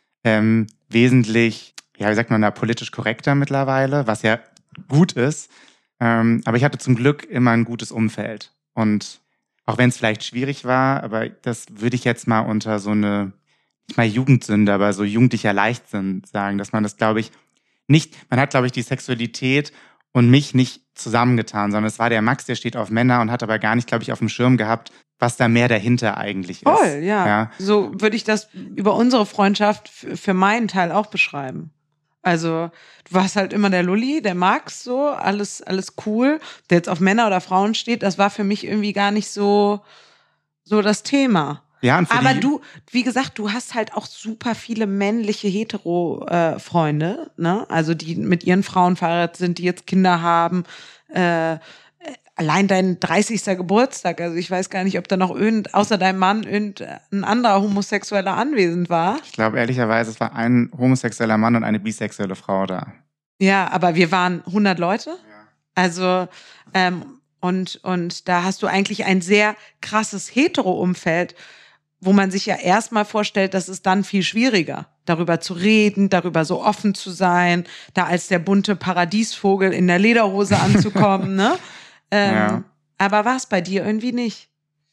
wesentlich, ja, wie sagt man da, politisch korrekter mittlerweile, was ja gut ist. Aber ich hatte zum Glück immer ein gutes Umfeld. Und auch wenn es vielleicht schwierig war, aber das würde ich jetzt mal unter so eine, nicht mal Jugendsünde, aber so jugendlicher Leichtsinn sagen, dass man das, glaube ich, nicht, man hat, glaube ich, die Sexualität und mich nicht zusammengetan, sondern es war der Max, der steht auf Männer und hat aber gar nicht, glaube ich, auf dem Schirm gehabt, was da mehr dahinter eigentlich ist. Voll, ja. So würde ich das über unsere Freundschaft für meinen Teil auch beschreiben. Also, du warst halt immer der Lulli, der Max, so, alles cool. Der jetzt auf Männer oder Frauen steht, das war für mich irgendwie gar nicht so das Thema. Ja, und aber du, wie gesagt, du hast halt auch super viele männliche Hetero-Freunde, ne? Also, die mit ihren Frauen verheiratet sind, die jetzt Kinder haben, allein dein 30. Geburtstag, also ich weiß gar nicht, ob da noch außer deinem Mann irgendein anderer Homosexueller anwesend war. Ich glaube, ehrlicherweise, es war ein homosexueller Mann und eine bisexuelle Frau da. Ja, aber wir waren 100 Leute. Ja. Also, und da hast du eigentlich ein sehr krasses Hetero-Umfeld, wo man sich ja erstmal vorstellt, das ist dann viel schwieriger, darüber zu reden, darüber so offen zu sein, da als der bunte Paradiesvogel in der Lederhose anzukommen, ne? Ja. Aber war es bei dir irgendwie nicht?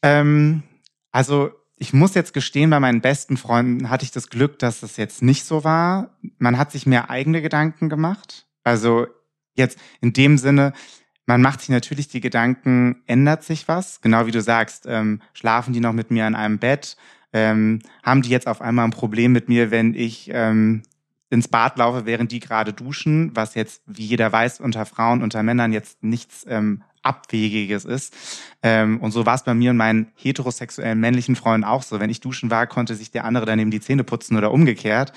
Also ich muss jetzt gestehen, bei meinen besten Freunden hatte ich das Glück, dass das jetzt nicht so war. Man hat sich mehr eigene Gedanken gemacht. Also jetzt in dem Sinne, man macht sich natürlich die Gedanken, ändert sich was? Genau wie du sagst, schlafen die noch mit mir in einem Bett? Haben die jetzt auf einmal ein Problem mit mir, wenn ich ins Bad laufe, während die gerade duschen? Was jetzt, wie jeder weiß, unter Frauen, unter Männern jetzt nichts Abwegiges ist. Und so war es bei mir und meinen heterosexuellen männlichen Freunden auch so. Wenn ich duschen war, konnte sich der andere daneben die Zähne putzen oder umgekehrt.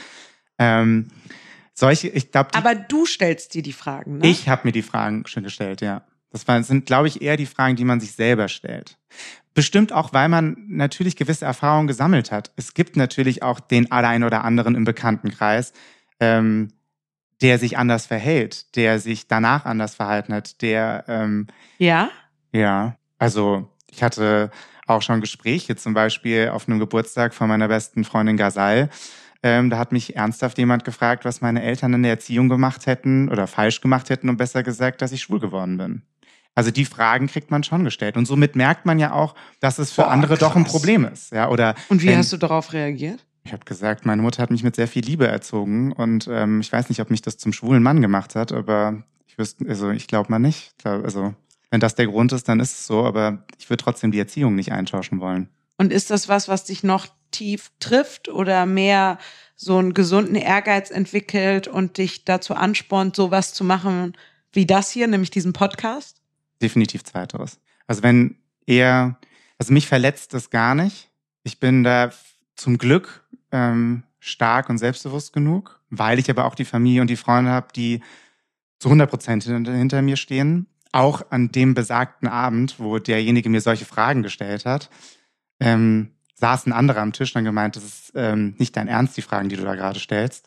Ich glaube, aber du stellst dir die Fragen, ne? Ich habe mir die Fragen schon gestellt, ja. Sind, glaube ich, eher die Fragen, die man sich selber stellt. Bestimmt auch, weil man natürlich gewisse Erfahrungen gesammelt hat. Es gibt natürlich auch den einen oder anderen im Bekanntenkreis, der sich anders verhält, der sich danach anders verhalten hat, der ja? Ja, also ich hatte auch schon Gespräche, zum Beispiel auf einem Geburtstag von meiner besten Freundin Gazal. Da hat mich ernsthaft jemand gefragt, was meine Eltern in der Erziehung gemacht hätten oder falsch gemacht hätten und besser gesagt, dass ich schwul geworden bin. Also die Fragen kriegt man schon gestellt. Und somit merkt man ja auch, dass es für andere doch ein Problem ist. Ja, oder und wie hast du darauf reagiert? Ich habe gesagt, meine Mutter hat mich mit sehr viel Liebe erzogen und ich weiß nicht, ob mich das zum schwulen Mann gemacht hat, aber ich glaube mal nicht. Also wenn das der Grund ist, dann ist es so, aber ich würde trotzdem die Erziehung nicht eintauschen wollen. Und ist das was dich noch tief trifft oder mehr so einen gesunden Ehrgeiz entwickelt und dich dazu anspornt, sowas zu machen wie das hier, nämlich diesen Podcast? Definitiv zweiteres. Also mich verletzt das gar nicht. Ich bin da zum Glück stark und selbstbewusst genug, weil ich aber auch die Familie und die Freunde habe, die zu 100% hinter mir stehen. auch an dem besagten Abend, wo derjenige mir solche Fragen gestellt hat, saß ein anderer am Tisch und dann gemeint, das ist nicht dein Ernst, die Fragen, die du da gerade stellst.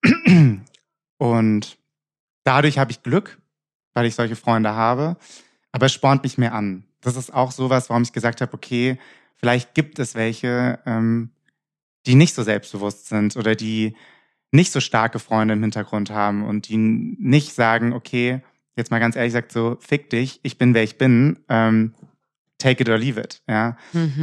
Und dadurch habe ich Glück, weil ich solche Freunde habe, aber es spornt mich mehr an. Das ist auch sowas, warum ich gesagt habe, okay, vielleicht gibt es welche, die nicht so selbstbewusst sind oder die nicht so starke Freunde im Hintergrund haben und die nicht sagen, okay, jetzt mal ganz ehrlich gesagt so, fick dich, ich bin, wer ich bin, take it or leave it. Ja?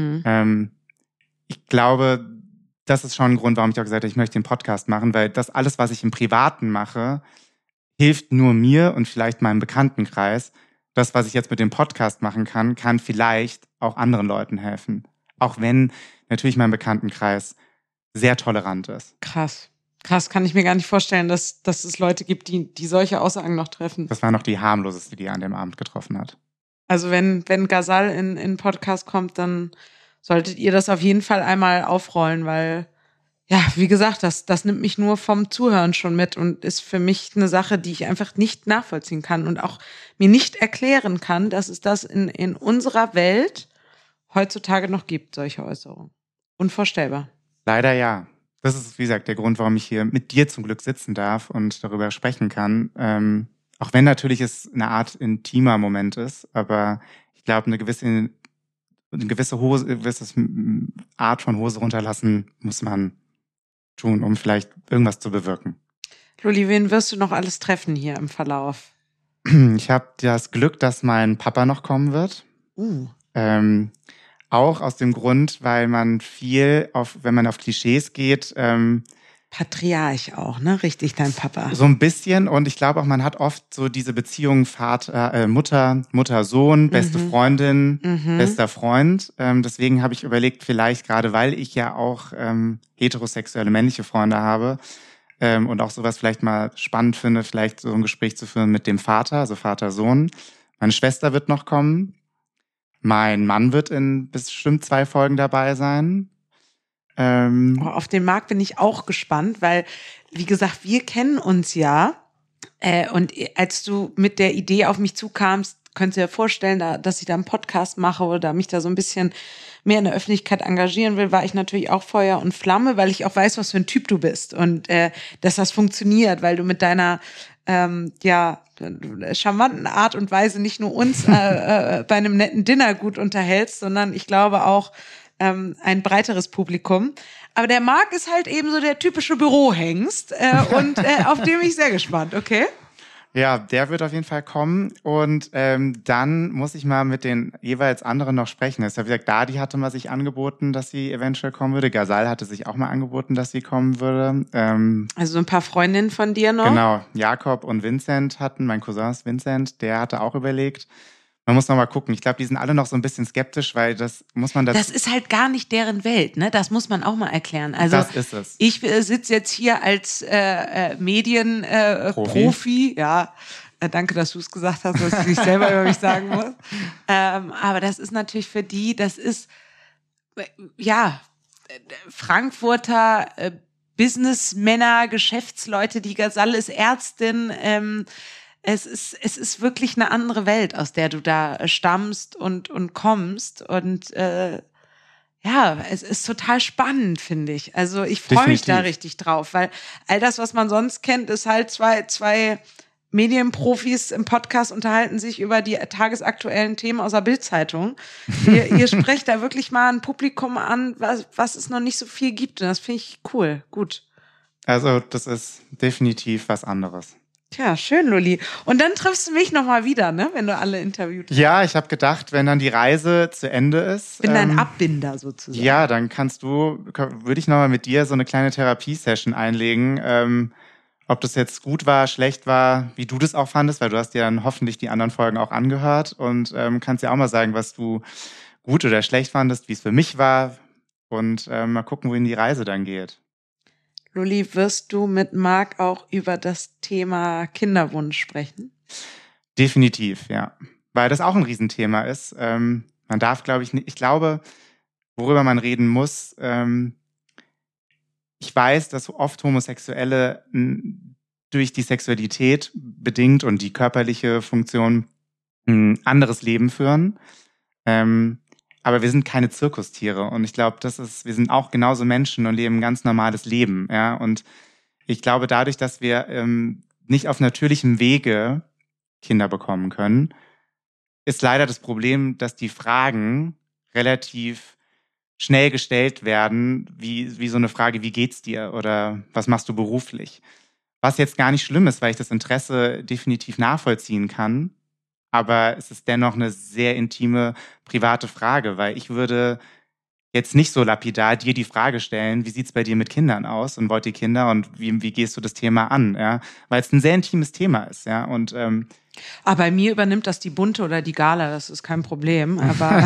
Ich glaube, das ist schon ein Grund, warum ich auch gesagt habe, ich möchte den Podcast machen, weil das alles, was ich im Privaten mache, hilft nur mir und vielleicht meinem Bekanntenkreis. Das, was ich jetzt mit dem Podcast machen kann, kann vielleicht auch anderen Leuten helfen. Auch wenn natürlich mein Bekanntenkreis sehr tolerant ist. Krass. Krass, kann ich mir gar nicht vorstellen, dass es Leute gibt, die solche Aussagen noch treffen. Das war noch die harmloseste, die er an dem Abend getroffen hat. Also wenn Ghazal in Podcast kommt, dann solltet ihr das auf jeden Fall einmal aufrollen, weil, ja, wie gesagt, das nimmt mich nur vom Zuhören schon mit und ist für mich eine Sache, die ich einfach nicht nachvollziehen kann und auch mir nicht erklären kann, dass es das in unserer Welt heutzutage noch gibt, solche Äußerungen. Unvorstellbar. Leider ja. Das ist, wie gesagt, der Grund, warum ich hier mit dir zum Glück sitzen darf und darüber sprechen kann. Auch wenn natürlich es eine Art intimer Moment ist, aber ich glaube, eine gewisse Art von Hose runterlassen muss man tun, um vielleicht irgendwas zu bewirken. Lulli, wen wirst du noch alles treffen hier im Verlauf? Ich habe das Glück, dass mein Papa noch kommen wird. Auch aus dem Grund, weil man wenn man auf Klischees geht, Patriarch auch, ne? Richtig, dein Papa. So ein bisschen. Und ich glaube auch, man hat oft so diese Beziehung Mutter, Sohn, beste Freundin, bester Freund. Deswegen habe ich überlegt, vielleicht gerade, weil ich ja auch heterosexuelle männliche Freunde habe und auch sowas vielleicht mal spannend finde, vielleicht so ein Gespräch zu führen mit dem Vater, also Vater-Sohn. Meine Schwester wird noch kommen. Mein Mann wird in bestimmt 2 Folgen dabei sein. Auf den Marc bin ich auch gespannt, weil, wie gesagt, wir kennen uns ja. Und als du mit der Idee auf mich zukamst, könntest du dir vorstellen, dass ich da einen Podcast mache oder mich da so ein bisschen mehr in der Öffentlichkeit engagieren will, war ich natürlich auch Feuer und Flamme, weil ich auch weiß, was für ein Typ du bist und dass das funktioniert, weil du mit deiner charmanten Art und Weise nicht nur uns bei einem netten Dinner gut unterhältst, sondern ich glaube auch ein breiteres Publikum. Aber der Marc ist halt eben so der typische Bürohengst und auf den bin ich sehr gespannt, okay? Ja, der wird auf jeden Fall kommen und dann muss ich mal mit den jeweils anderen noch sprechen. Das ist ja, wie gesagt, Dadi hatte mal sich angeboten, dass sie eventuell kommen würde. Ghazal hatte sich auch mal angeboten, dass sie kommen würde. Also so ein paar Freundinnen von dir noch? Genau, Jakob und Vincent mein Cousin ist Vincent, der hatte auch überlegt. Man muss noch mal gucken. Ich glaube, die sind alle noch so ein bisschen skeptisch, weil das muss man... Das ist halt gar nicht deren Welt, ne? Das muss man auch mal erklären. Also das ist es. Ich sitze jetzt hier als Medienprofi. Ja, danke, dass du es gesagt hast, dass ich nicht selber über mich sagen muss. Aber das ist natürlich für die, das ist Frankfurter Businessmänner, Geschäftsleute, die Ghazal ist Ärztin, es ist wirklich eine andere Welt, aus der du da stammst und kommst. Und es ist total spannend, finde ich. Also ich freue mich da richtig drauf, weil all das, was man sonst kennt, ist halt zwei Medienprofis im Podcast unterhalten sich über die tagesaktuellen Themen aus der Bild-Zeitung. Ihr sprecht da wirklich mal ein Publikum an, was es noch nicht so viel gibt. Und das finde ich cool, gut. Also das ist definitiv was anderes. Tja, schön, Lulli. Und dann triffst du mich nochmal wieder, ne, wenn du alle interviewt hast. Ja, ich habe gedacht, wenn dann die Reise zu Ende ist. Bin dein Abbinder sozusagen. Ja, dann würde ich nochmal mit dir so eine kleine Therapiesession einlegen. Ob das jetzt gut war, schlecht war, wie du das auch fandest, weil du hast dir dann hoffentlich die anderen Folgen auch angehört und kannst ja auch mal sagen, was du gut oder schlecht fandest, wie es für mich war und mal gucken, wohin die Reise dann geht. Lulli, wirst du mit Marc auch über das Thema Kinderwunsch sprechen? Definitiv, ja. Weil das auch ein Riesenthema ist. Man darf, glaube ich, nicht, ich glaube, worüber man reden muss, ich weiß, dass oft Homosexuelle durch die Sexualität bedingt und die körperliche Funktion ein anderes Leben führen. Aber wir sind keine Zirkustiere. Und ich glaube, wir sind auch genauso Menschen und leben ein ganz normales Leben. Ja? Und ich glaube, dadurch, dass wir nicht auf natürlichem Wege Kinder bekommen können, ist leider das Problem, dass die Fragen relativ schnell gestellt werden, wie so eine Frage, wie geht's dir oder was machst du beruflich? Was jetzt gar nicht schlimm ist, weil ich das Interesse definitiv nachvollziehen kann. Aber es ist dennoch eine sehr intime, private Frage, weil ich würde jetzt nicht so lapidar dir die Frage stellen, wie sieht's bei dir mit Kindern aus und wollt ihr Kinder und wie gehst du das Thema an? Ja? Weil es ein sehr intimes Thema ist. Ja? Und aber bei mir übernimmt das die Bunte oder die Gala, das ist kein Problem. Aber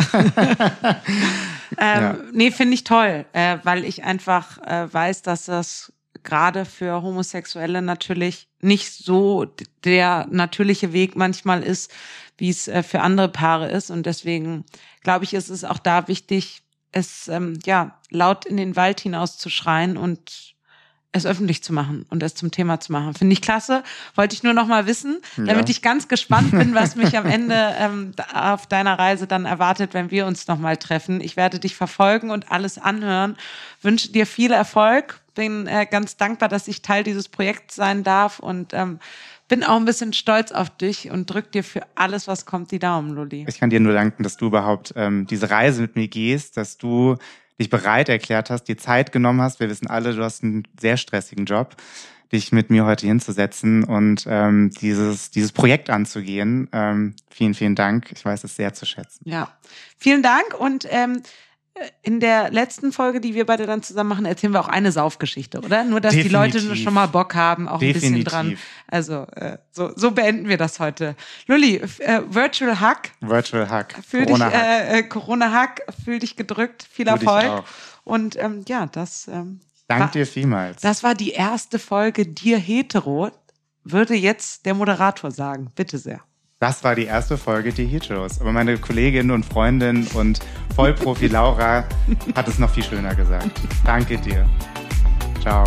nee, finde ich toll, weil ich einfach weiß, dass das gerade für Homosexuelle natürlich nicht so der natürliche Weg manchmal ist, wie es für andere Paare ist. Und deswegen glaube ich, ist es auch da wichtig, es laut in den Wald hinaus zu schreien und es öffentlich zu machen und es zum Thema zu machen. Finde ich klasse. Wollte ich nur noch mal wissen, damit ich ganz gespannt bin, was mich am Ende auf deiner Reise dann erwartet, wenn wir uns noch mal treffen. Ich werde dich verfolgen und alles anhören. Wünsche dir viel Erfolg. Bin ganz dankbar, dass ich Teil dieses Projekts sein darf und bin auch ein bisschen stolz auf dich und drück dir für alles, was kommt, die Daumen, Lully. Ich kann dir nur danken, dass du überhaupt diese Reise mit mir gehst, dass du dich bereit erklärt hast, dir Zeit genommen hast. Wir wissen alle, du hast einen sehr stressigen Job, dich mit mir heute hinzusetzen und dieses Projekt anzugehen. Vielen, vielen Dank. Ich weiß es sehr zu schätzen. Ja, vielen Dank und in der letzten Folge, die wir beide dann zusammen machen, erzählen wir auch eine Saufgeschichte, oder? Nur, dass Definitiv. Die Leute schon mal Bock haben, auch Definitiv. Ein bisschen dran. Also, so beenden wir das heute. Lully, Virtual Hug. Virtual Hug. Corona-Hug. Fühl dich gedrückt. Viel Erfolg. Und das Dank dir vielmals. Das war die erste Folge Dir Hetero, würde jetzt der Moderator sagen. Bitte sehr. Das war die erste Folge Dir Heteros. Aber meine Kollegin und Freundin und Vollprofi Laura hat es noch viel schöner gesagt. Danke dir. Ciao.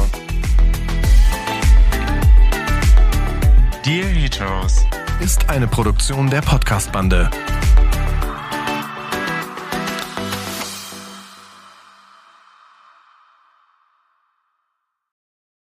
Dir Heteros ist eine Produktion der Podcast-Bande.